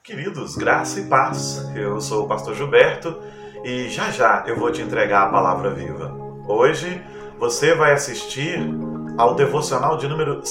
Queridos, graça e paz. Eu sou o pastor Gilberto e já eu vou te entregar a palavra viva. Hoje você vai assistir ao devocional de número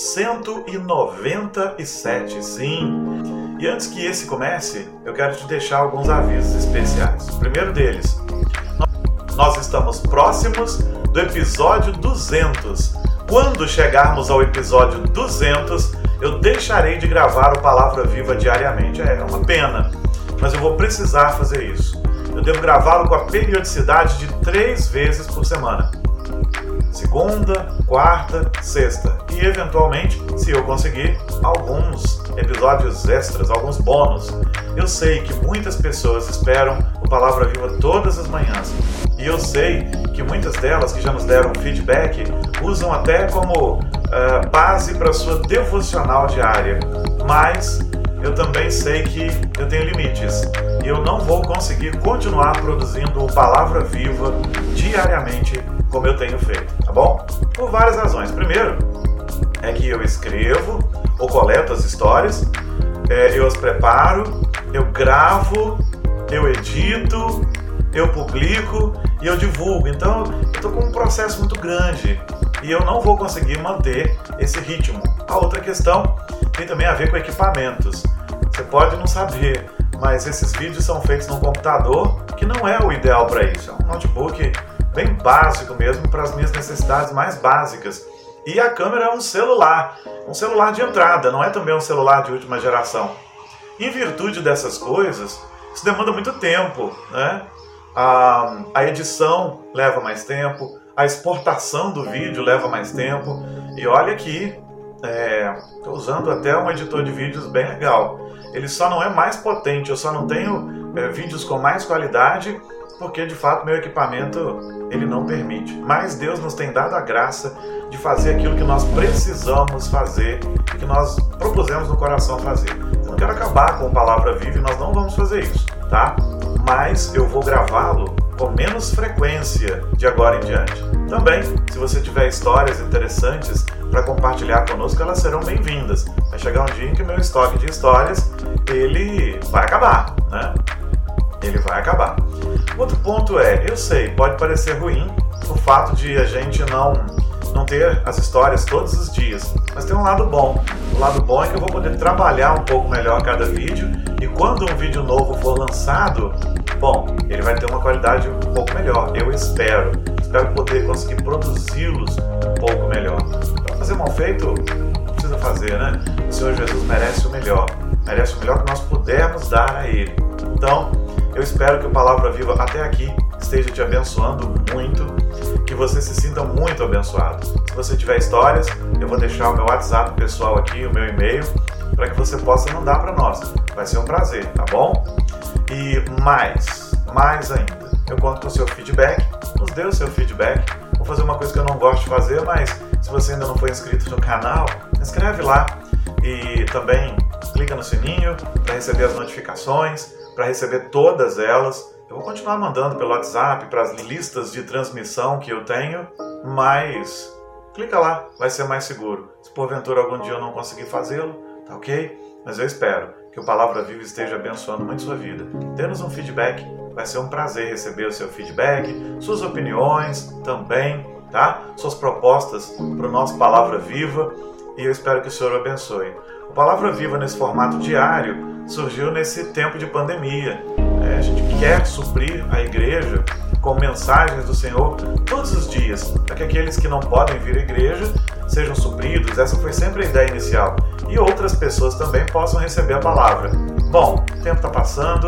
197, sim. E antes que esse comece, eu quero te deixar alguns avisos especiais. O primeiro deles, nós estamos próximos do episódio 200. Quando chegarmos ao episódio 200, eu deixarei de gravar o Palavra Viva diariamente. É uma pena, mas eu vou precisar fazer isso. Eu devo gravá-lo com a periodicidade de 3 vezes por semana. Segunda, quarta, sexta. E, eventualmente, se eu conseguir, alguns episódios extras, alguns bônus. Eu sei que muitas pessoas esperam o Palavra Viva todas as manhãs. E eu sei que muitas delas que já nos deram feedback usam até como base para sua devocional diária. Mas eu também sei que eu tenho limites. E eu não vou conseguir continuar produzindo o Palavra Viva diariamente como eu tenho feito, tá bom? Por várias razões. Primeiro, é que eu escrevo ou coleto as histórias, eu as preparo, eu gravo, eu edito, eu publico e eu divulgo. Então, eu estou com um processo muito grande e eu não vou conseguir manter esse ritmo. A outra questão tem também a ver com equipamentos. Você pode não saber, mas esses vídeos são feitos num computador que não é o ideal para isso. É um notebook bem básico mesmo, para as minhas necessidades mais básicas. E a câmera é um celular de entrada, não é também um celular de última geração. Em virtude dessas coisas, isso demanda muito tempo, né? A edição leva mais tempo, a exportação do vídeo leva mais tempo. E olha que estou usando até um editor de vídeos bem legal. Ele só não é mais potente, eu só não tenho vídeos com mais qualidade, porque de fato meu equipamento ele não permite. Mas Deus nos tem dado a graça de fazer aquilo que nós precisamos fazer, que nós propusemos no coração fazer. Eu não quero acabar com a Palavra Viva e nós não vamos fazer isso, tá? Mas eu vou gravá-lo com menos frequência de agora em diante. Também, se você tiver histórias interessantes para compartilhar conosco, elas serão bem-vindas. Vai chegar um dia em que o meu estoque de histórias ele vai acabar, né? Ele vai acabar. Outro ponto eu sei, pode parecer ruim o fato de a gente não ter as histórias todos os dias, mas tem um lado bom. O lado bom é que eu vou poder trabalhar um pouco melhor cada vídeo, e quando um vídeo novo for lançado, bom, ele vai ter uma qualidade um pouco melhor, eu espero poder conseguir produzi-los um pouco melhor. Para fazer mal feito, não precisa fazer, né? O Senhor Jesus merece o melhor que nós pudermos dar a Ele. Então, eu espero que o Palavra Viva até aqui esteja te abençoando muito, que você se sinta muito abençoado. Se você tiver histórias, eu vou deixar o meu WhatsApp pessoal aqui, o meu e-mail, para que você possa mandar para nós. Vai ser um prazer, tá bom? E mais ainda, eu conto com o seu feedback, nos dê o seu feedback. Vou fazer uma coisa que eu não gosto de fazer, mas se você ainda não foi inscrito no canal, inscreve lá e também clica no sininho para receber as notificações, para receber todas elas. Eu vou continuar mandando pelo WhatsApp para as listas de transmissão que eu tenho, mas clica lá, vai ser mais seguro. Se porventura algum dia eu não conseguir fazê-lo, tá ok? Mas eu espero que o Palavra Viva esteja abençoando muito sua vida. Dê-nos um feedback, vai ser um prazer receber o seu feedback, suas opiniões também, tá? Suas propostas para o nosso Palavra Viva, e eu espero que o Senhor o abençoe. O Palavra Viva nesse formato diário surgiu nesse tempo de pandemia. A gente quer suprir a igreja com mensagens do Senhor todos os dias, para que aqueles que não podem vir à igreja sejam supridos. Essa foi sempre a ideia inicial. E outras pessoas também possam receber a palavra. Bom, o tempo está passando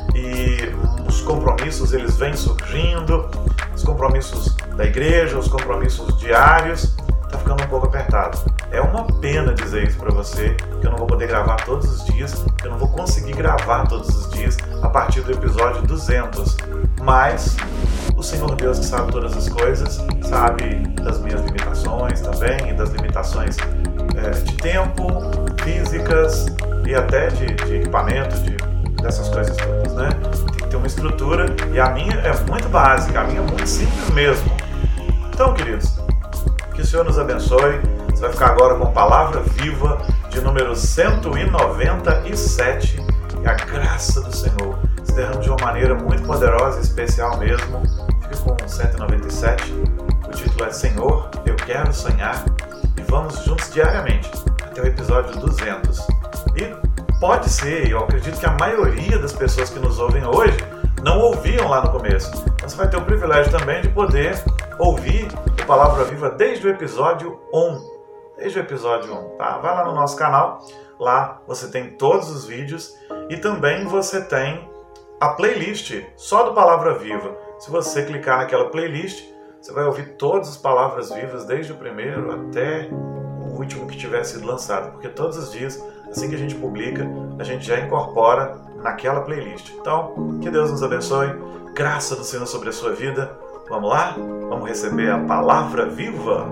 e os compromissos eles vêm surgindo, os compromissos da igreja, os compromissos diários, está ficando um pouco apertado. É uma pena dizer isso para você, que eu não vou poder gravar todos os dias, que eu não vou conseguir gravar todos os dias a partir do episódio 200. Mas o Senhor Deus, que sabe todas as coisas, sabe das minhas limitações também, e das limitações de tempo, físicas e até de equipamento, dessas coisas todas, né? Tem que ter uma estrutura, e a minha é muito básica, a minha é muito simples mesmo. Então, queridos, que o Senhor nos abençoe. Você vai ficar agora com Palavra Viva de número 197 e a graça do Senhor se derrame de uma maneira muito poderosa e especial mesmo. Fique com 197. O título é Senhor, eu quero sonhar. E vamos juntos diariamente até o episódio 200. E pode ser, eu acredito que a maioria das pessoas que nos ouvem hoje não ouviam lá no começo. Então você vai ter o privilégio também de poder ouvir o Palavra Viva desde o episódio 1. Desde o episódio 1, tá? Vai lá no nosso canal, lá você tem todos os vídeos e também você tem a playlist só do Palavra Viva. Se você clicar naquela playlist, você vai ouvir todas as Palavras Vivas, desde o primeiro até o último que tiver sido lançado, porque todos os dias, assim que a gente publica, a gente já incorpora naquela playlist. Então, que Deus nos abençoe, graça do Senhor sobre a sua vida. Vamos lá? Vamos receber a Palavra Viva?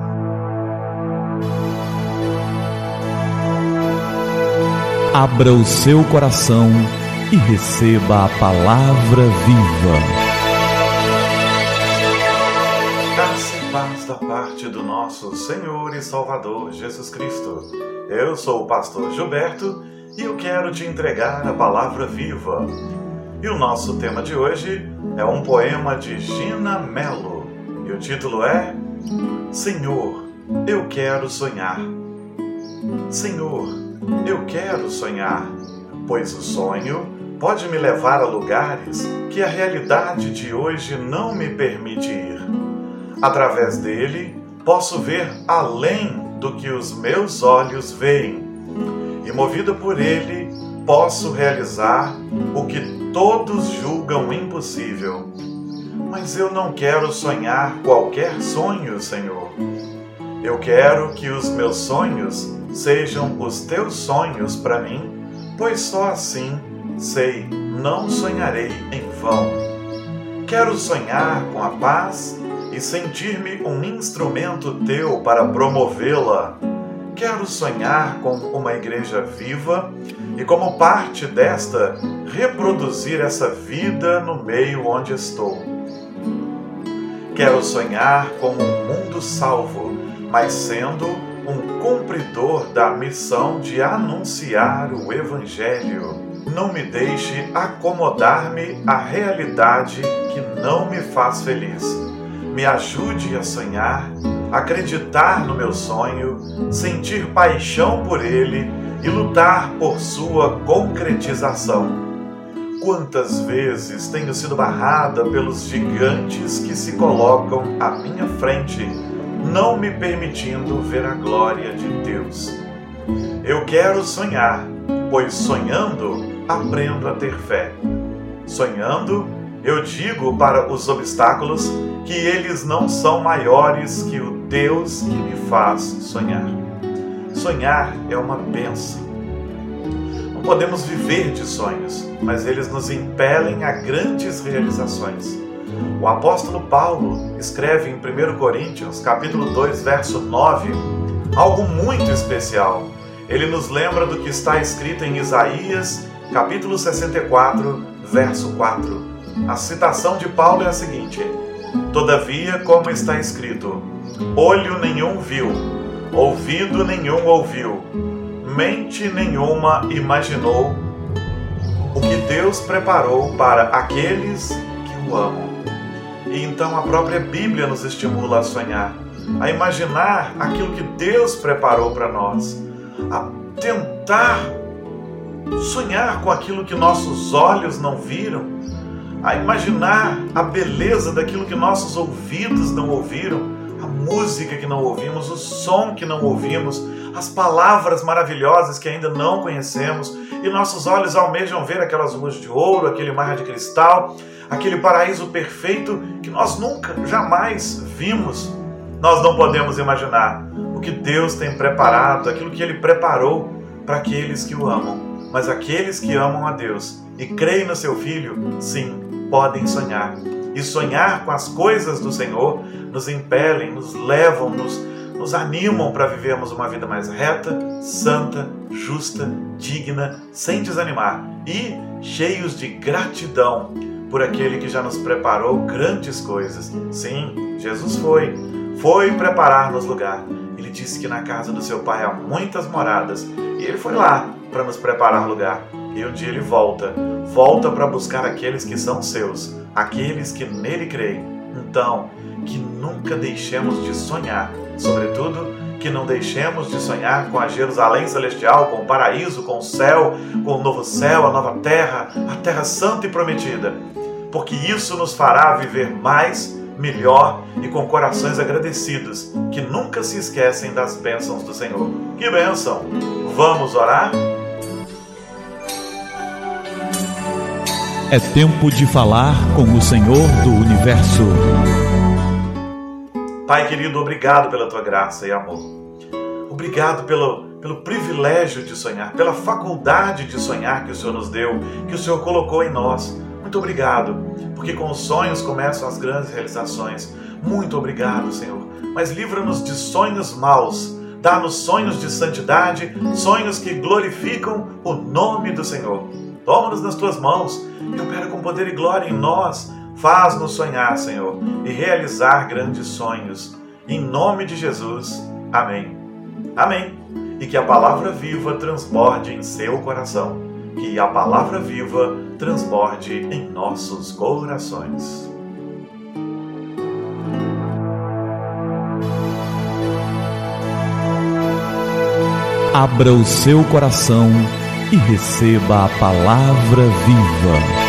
Abra o seu coração e receba a Palavra Viva. Graça e paz da parte do nosso Senhor e Salvador Jesus Cristo. Eu sou o pastor Gilberto e eu quero te entregar a Palavra Viva. E o nosso tema de hoje é um poema de Gina Mello. E o título é Senhor, eu quero sonhar. Senhor, eu quero sonhar, pois o sonho pode me levar a lugares que a realidade de hoje não me permite ir. Através dele, posso ver além do que os meus olhos veem. E movido por ele, posso realizar o que todos julgam impossível. Mas eu não quero sonhar qualquer sonho, Senhor. Eu quero que os meus sonhos sejam os teus sonhos para mim, pois só assim, sei, não sonharei em vão. Quero sonhar com a paz e sentir-me um instrumento teu para promovê-la. Quero sonhar com uma igreja viva e, como parte desta, reproduzir essa vida no meio onde estou. Quero sonhar com um mundo salvo, mas sendo um cumpridor da missão de anunciar o Evangelho. Não me deixe acomodar-me à realidade que não me faz feliz. Me ajude a sonhar, acreditar no meu sonho, sentir paixão por ele e lutar por sua concretização. Quantas vezes tenho sido barrada pelos gigantes que se colocam à minha frente, não me permitindo ver a glória de Deus. Eu quero sonhar, pois sonhando, aprendo a ter fé. Sonhando, eu digo para os obstáculos que eles não são maiores que o Deus que me faz sonhar. Sonhar é uma bênção. Não podemos viver de sonhos, mas eles nos impelem a grandes realizações. O apóstolo Paulo escreve em 1 Coríntios, capítulo 2, verso 9, algo muito especial. Ele nos lembra do que está escrito em Isaías, capítulo 64, verso 4. A citação de Paulo é a seguinte: Todavia, como está escrito, olho nenhum viu, ouvido nenhum ouviu, mente nenhuma imaginou o que Deus preparou para aqueles que o amam. E então a própria Bíblia nos estimula a sonhar, a imaginar aquilo que Deus preparou para nós, a tentar sonhar com aquilo que nossos olhos não viram, a imaginar a beleza daquilo que nossos ouvidos não ouviram, a música que não ouvimos, o som que não ouvimos, as palavras maravilhosas que ainda não conhecemos, e nossos olhos almejam ver aquelas ruas de ouro, aquele mar de cristal, aquele paraíso perfeito que nós nunca, jamais vimos. Nós não podemos imaginar o que Deus tem preparado, aquilo que Ele preparou para aqueles que o amam. Mas aqueles que amam a Deus e creem no Seu Filho, sim, podem sonhar. E sonhar com as coisas do Senhor nos impelem, nos levam, nos animam para vivermos uma vida mais reta, santa, justa, digna, sem desanimar e cheios de gratidão por aquele que já nos preparou grandes coisas. Sim, Jesus foi preparar-nos lugar. Ele disse que na casa do seu Pai há muitas moradas e Ele foi lá para nos preparar lugar. E um dia ele volta para buscar aqueles que são seus, aqueles que nele creem. Então, que nunca deixemos de sonhar, sobretudo que não deixemos de sonhar com a Jerusalém celestial, com o paraíso, com o céu, com o novo céu, a nova terra, a terra santa e prometida, porque isso nos fará viver mais, melhor e com corações agradecidos, que nunca se esquecem das bênçãos do Senhor. Que bênção! Vamos orar? É tempo de falar com o Senhor do Universo. Pai querido, obrigado pela tua graça e amor. Obrigado pelo privilégio de sonhar, pela faculdade de sonhar que o Senhor nos deu, que o Senhor colocou em nós. Muito obrigado, porque com os sonhos começam as grandes realizações. Muito obrigado, Senhor. Mas livra-nos de sonhos maus. Dá-nos sonhos de santidade, sonhos que glorificam o nome do Senhor. Toma-nos nas tuas mãos e opera com poder e glória em nós. Faz-nos sonhar, Senhor, e realizar grandes sonhos. Em nome de Jesus. Amém. Amém. E que a palavra viva transborde em seu coração. Que a palavra viva transborde em nossos corações. Abra o seu coração e receba a palavra viva.